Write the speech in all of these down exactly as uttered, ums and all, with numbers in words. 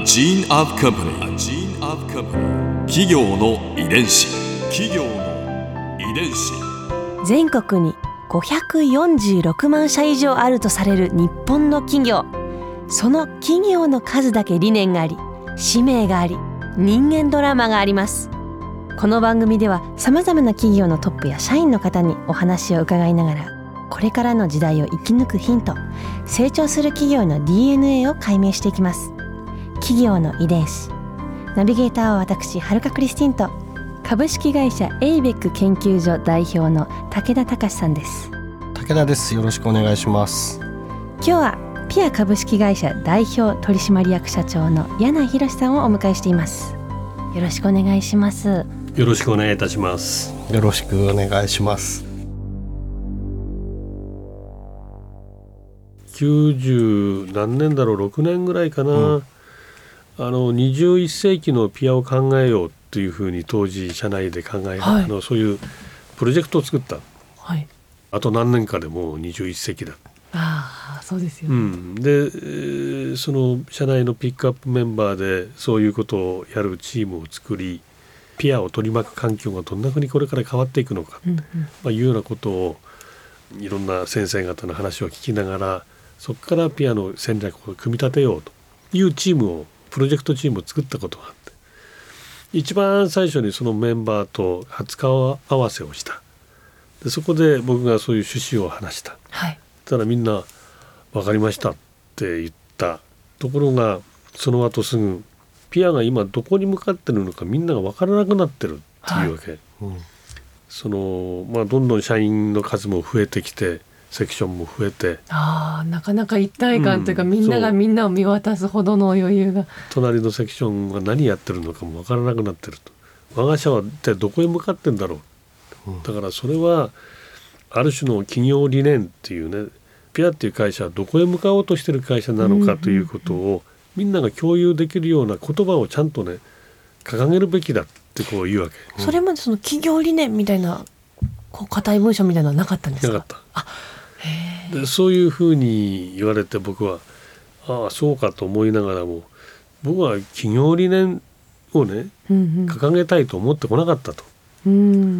gene of company. A gene of company. 企業の遺伝子。企業の遺伝子。 全国にごひゃくよんじゅうろくまんしゃ以上あるとされる日本の企業。その企業の数だけ理念があり、使命があり、人間ドラマがあります。この番組ではさまざまな企業のトップや社員の方にお話を伺いながら、これからの時代を生き抜くヒント、成長する企業の ディーエヌエー を解明していきます。企業の遺伝子。ナビゲーターは私、はるかクリスティンと株式会社エイベック研究所代表の武田隆さんです。 武田です。よろしくお願いします。 今日はピア株式会社代表取締役社長の柳井博さんをお迎えしています。よろしくお願いします。 よろしくお願いいたします。 よろしくお願いします。 きゅうじゅう何年だろう、ろくねんぐらいかな、うん、あのにじゅういっせいきのピアを考えようというふうに当時社内で考え、はい、あのそういうプロジェクトを作った、はい、あと何年かでもうにじゅういっせいきだ。 ああ、そうですよね、 うん、で、えー、その社内のピックアップメンバーでそういうことをやるチームを作り、ピアを取り巻く環境がどんなふうにこれから変わっていくのか、うんうん、まあ、いうようなことをいろんな先生方の話を聞きながら、そこからピアの戦略を組み立てようというチームをプロジェクトチームを作ったことがあって、一番最初にそのメンバーと初顔合わせをした。でそこで僕がそういう趣旨を話した、はい、ただみんな分かりましたって言ったところが、その後すぐピアが今どこに向かってるのかみんなが分からなくなってるっていうわけ、はい、うん、そのまあ、どんどん社員の数も増えてきて、セクションも増えて、 あ、なかなか一体感というか、うん、みんながみんなを見渡すほどの余裕が、 隣のセクションが何やってるのかも分からなくなってると。我が社は一体どこへ向かってんだろう、うん、だからそれはある種の企業理念っていうね、ピアっていう会社はどこへ向かおうとしてる会社なのかということをみんなが共有できるような言葉をちゃんとね掲げるべきだってこう言うわけ、 うん、それまでその企業理念みたいなこう固い文章みたいなのはなかったんですか？ なかった。あ、へでそういうふうに言われて、僕はああそうかと思いながらも、僕は企業理念をね、うんうん、掲げたいと思ってこなかったと、うん、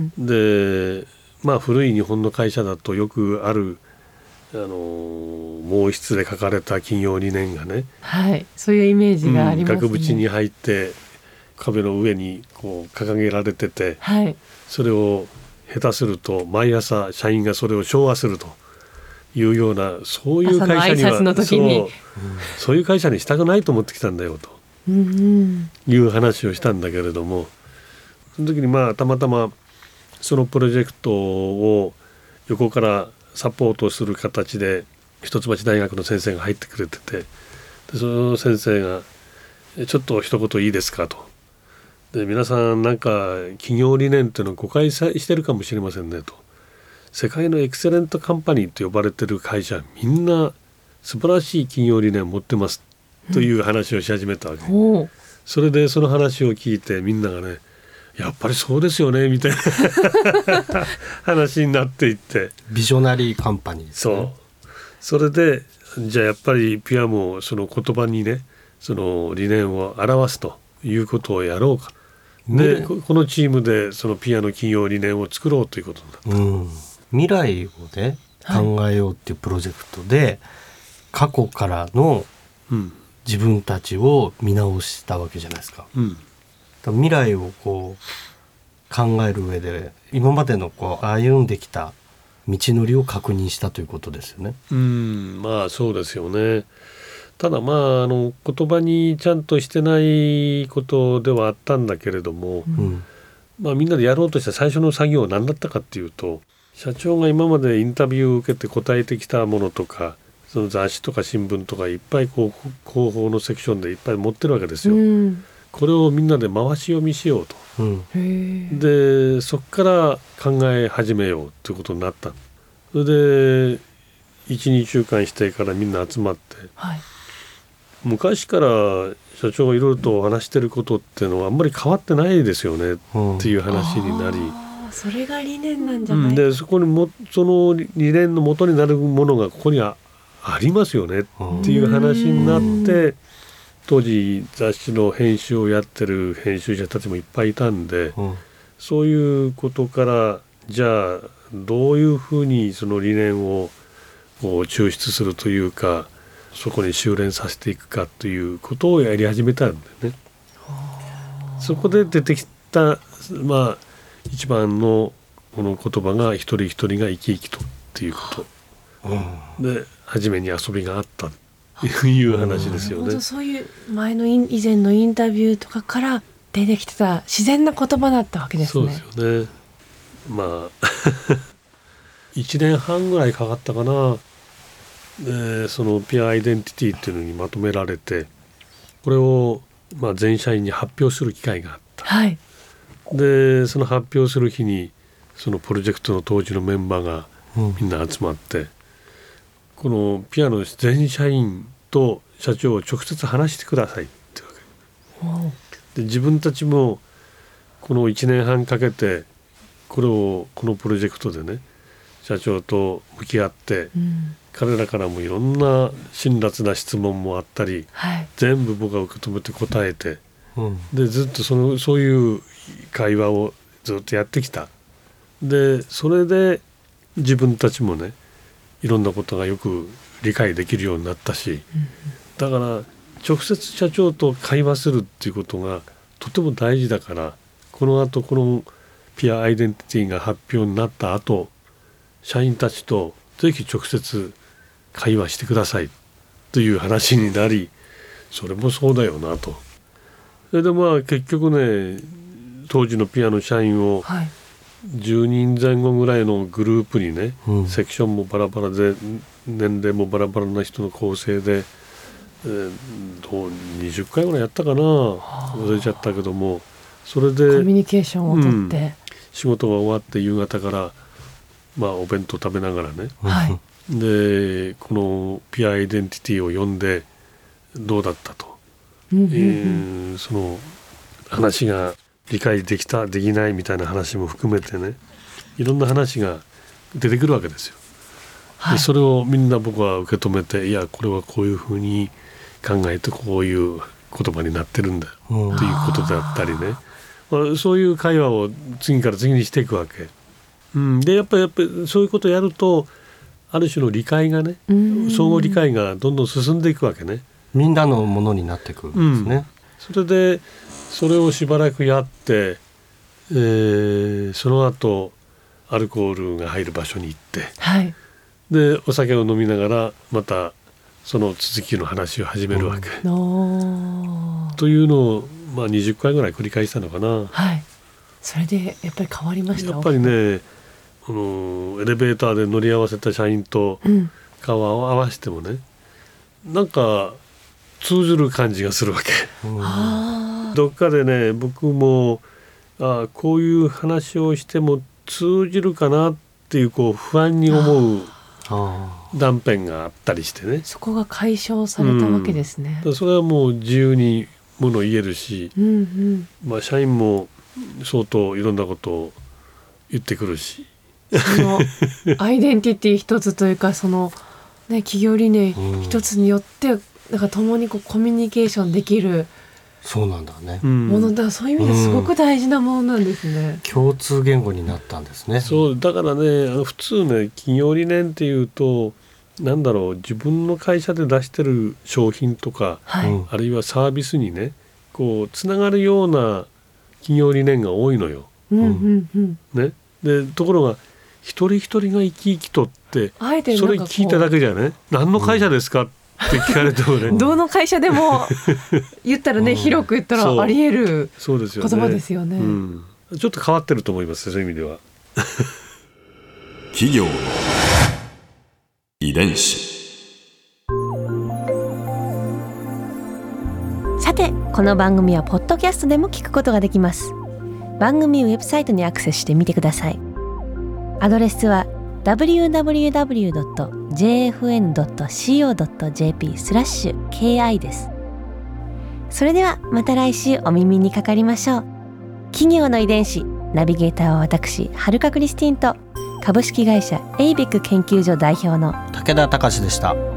でまあ古い日本の会社だとよくあるあの毛筆で書かれた企業理念がね、 はい、そういうイメージがありますね、 うん、額縁に入って壁の上にこう掲げられてて、はい、それを下手すると毎朝社員がそれを唱和するというような、そういう会社にはそう、そういう会社にしたくないと思ってきたんだよと、うんうん、いう話をしたんだけれども、その時にまあたまたまそのプロジェクトを横からサポートする形で一橋大学の先生が入ってくれてて、でその先生がちょっと一言いいですかと、で皆さんなんか企業理念っていうのを誤解してるかもしれませんねと、世界のエクセレントカンパニーと呼ばれてる会社みんな素晴らしい企業理念を持ってますという話をし始めたわけ、うん、それでその話を聞いてみんながね、やっぱりそうですよねみたいな話になっていって、 ビジョナリーカンパニーですね。 そう、それでじゃあやっぱりピアもその言葉にね、その理念を表すということをやろうか、で、ね、このチームでそのピアの企業理念を作ろうということになった、うん、 未来をね考えようっていうプロジェクトで、はい、過去からの自分たちを見直したわけじゃないですか、うん、未来をこう考える上で今までのこう歩んできた道のりを確認したということですよね。 うん、まあそうですよね。ただまあ、あの言葉にちゃんとしてないことではあったんだけれども、うんまあ、みんなでやろうとした最初の作業は何だったかっていうと、社長が今までインタビューを受けて答えてきたものとか、その雑誌とか新聞とかいっぱいこう広報のセクションでいっぱい持ってるわけですよ、うん、これをみんなで回し読みしようと、うん、でそこから考え始めようということになった。それで いち,に 週間してからみんな集まって、はい、昔から社長がいろいろと話してることっていうのはあんまり変わってないですよね、うん、っていう話になり、 それが理念なんじゃない、 うん、でそこにもその理念の元になるものがここにはありますよねっていう話になって、 当時雑誌の編集をやってる編集者たちもいっぱいいたんで、うん、そういうことからじゃあどういうふうにその理念を抽出するというか、そこに修練させていくかということをやり始めたんだよね。そこで出てきた、まあ、一番のこの言葉が一人一人が生き生きとっていうこと、うん、で初めに遊びがあったという話ですよね。 うん、そういう前の以前のインタビューとかから出てきてた自然な言葉だったわけですね。 そうですよね。まあいちねんはんぐらいかかったかな。でそのピアアイデンティティっていうのにまとめられて、これをまあ全社員に発表する機会があった、 はい、 でその発表する日にそのプロジェクトの当時のメンバーがみんな集まって、うん、このピアの全社員と社長を直接話してくださいってわけで、自分たちもこのいちねんはんかけてこれをこのプロジェクトでね社長と向き合って、うん、彼らからもいろんな辛辣な質問もあったり、はい、全部僕が受け止めて答えて、うん、でずっとそのそういう会話をずっとやってきた。でそれで自分たちもねいろんなことがよく理解できるようになったし、うん、だから直接社長と会話するっていうことがとても大事だから、この後このピアアイデンティティが発表になった後、社員たちとぜひ直接会話してくださいという話になり、それもそうだよなと。それでまあ結局ね、当時のピアの社員をじゅうにんぜん後ぐらいのグループにね、うん、セクションもバラバラで年齢もバラバラな人の構成で、えー、どうにじゅっかいぐらいやったかな、忘れちゃったけども、それでコミュニケーションをとって、うん、 仕事が終わって夕方からまあお弁当食べながらね、 はい、 でこのピアアイデンティティを読んでどうだったと、うんうんうん、えー、その話が理解できたできないみたいな話も含めてね、いろんな話が出てくるわけですよ、はい、でそれをみんな僕は受け止めて、いやこれはこういうふうに考えてこういう言葉になってるんだということであったりね、まあ、そういう会話を次から次にしていくわけ、うん、でやっぱりやっぱりそういうことをやるとある種の理解がね、相互理解がどんどん進んでいくわけね。 みんなのものになっていくんですね、うん、 それでそれをしばらくやって、えー、その後アルコールが入る場所に行って、 はい、 でお酒を飲みながらまたその続きの話を始めるわけ、うん、というのを、まあ、にじゅっかいぐらい繰り返したのかな、 はい、それでやっぱり変わりました。 やっぱりね、あのエレベーターで乗り合わせた社員と顔を合わせてもね、うん、なんか通ずる感じがするわけ、うん、どっかでね僕もあこういう話をしても通じるかなっていう、こう不安に思う断片があったりしてね、 そこが解消されたわけですね、 うん、それはもう自由にもの言えるし、うんうん、まあ、社員も相当いろんなことを言ってくるし、 そのアイデンティティ一つというか、その、ね、企業理念一つによってなんか共にこうコミュニケーションできる、 そうなんだね、 ものだ、そういう意味ですごく大事なものなんですね、 うん、共通言語になったんですね。 そうだからね、普通ね企業理念っていうとなんだろう、自分の会社で出してる商品とか、はい、あるいはサービスにねこうつながるような企業理念が多いのよ、うんうんうんね、でところが一人一人が生き生きとってあえてそれ聞いただけじゃね、何の会社ですか、うんって聞かれてもねどの会社でも言ったらね、うん、広く言ったらあり得る言葉ですよね、うん、 ちょっと変わってると思います、そういう意味では企業の遺伝子。 さてこの番組はポッドキャストでも聞くことができます。番組ウェブサイトにアクセスしてみてください。アドレスはダブリューダブリューダブリュードットジェーエフエヌドットシーオードットジェーピー スラッシュ ケーアイ です。それではまた来週お耳にかかりましょう。企業の遺伝子ナビゲーターは私はるかクリスティンと株式会社エイベック研究所代表の武田隆でした。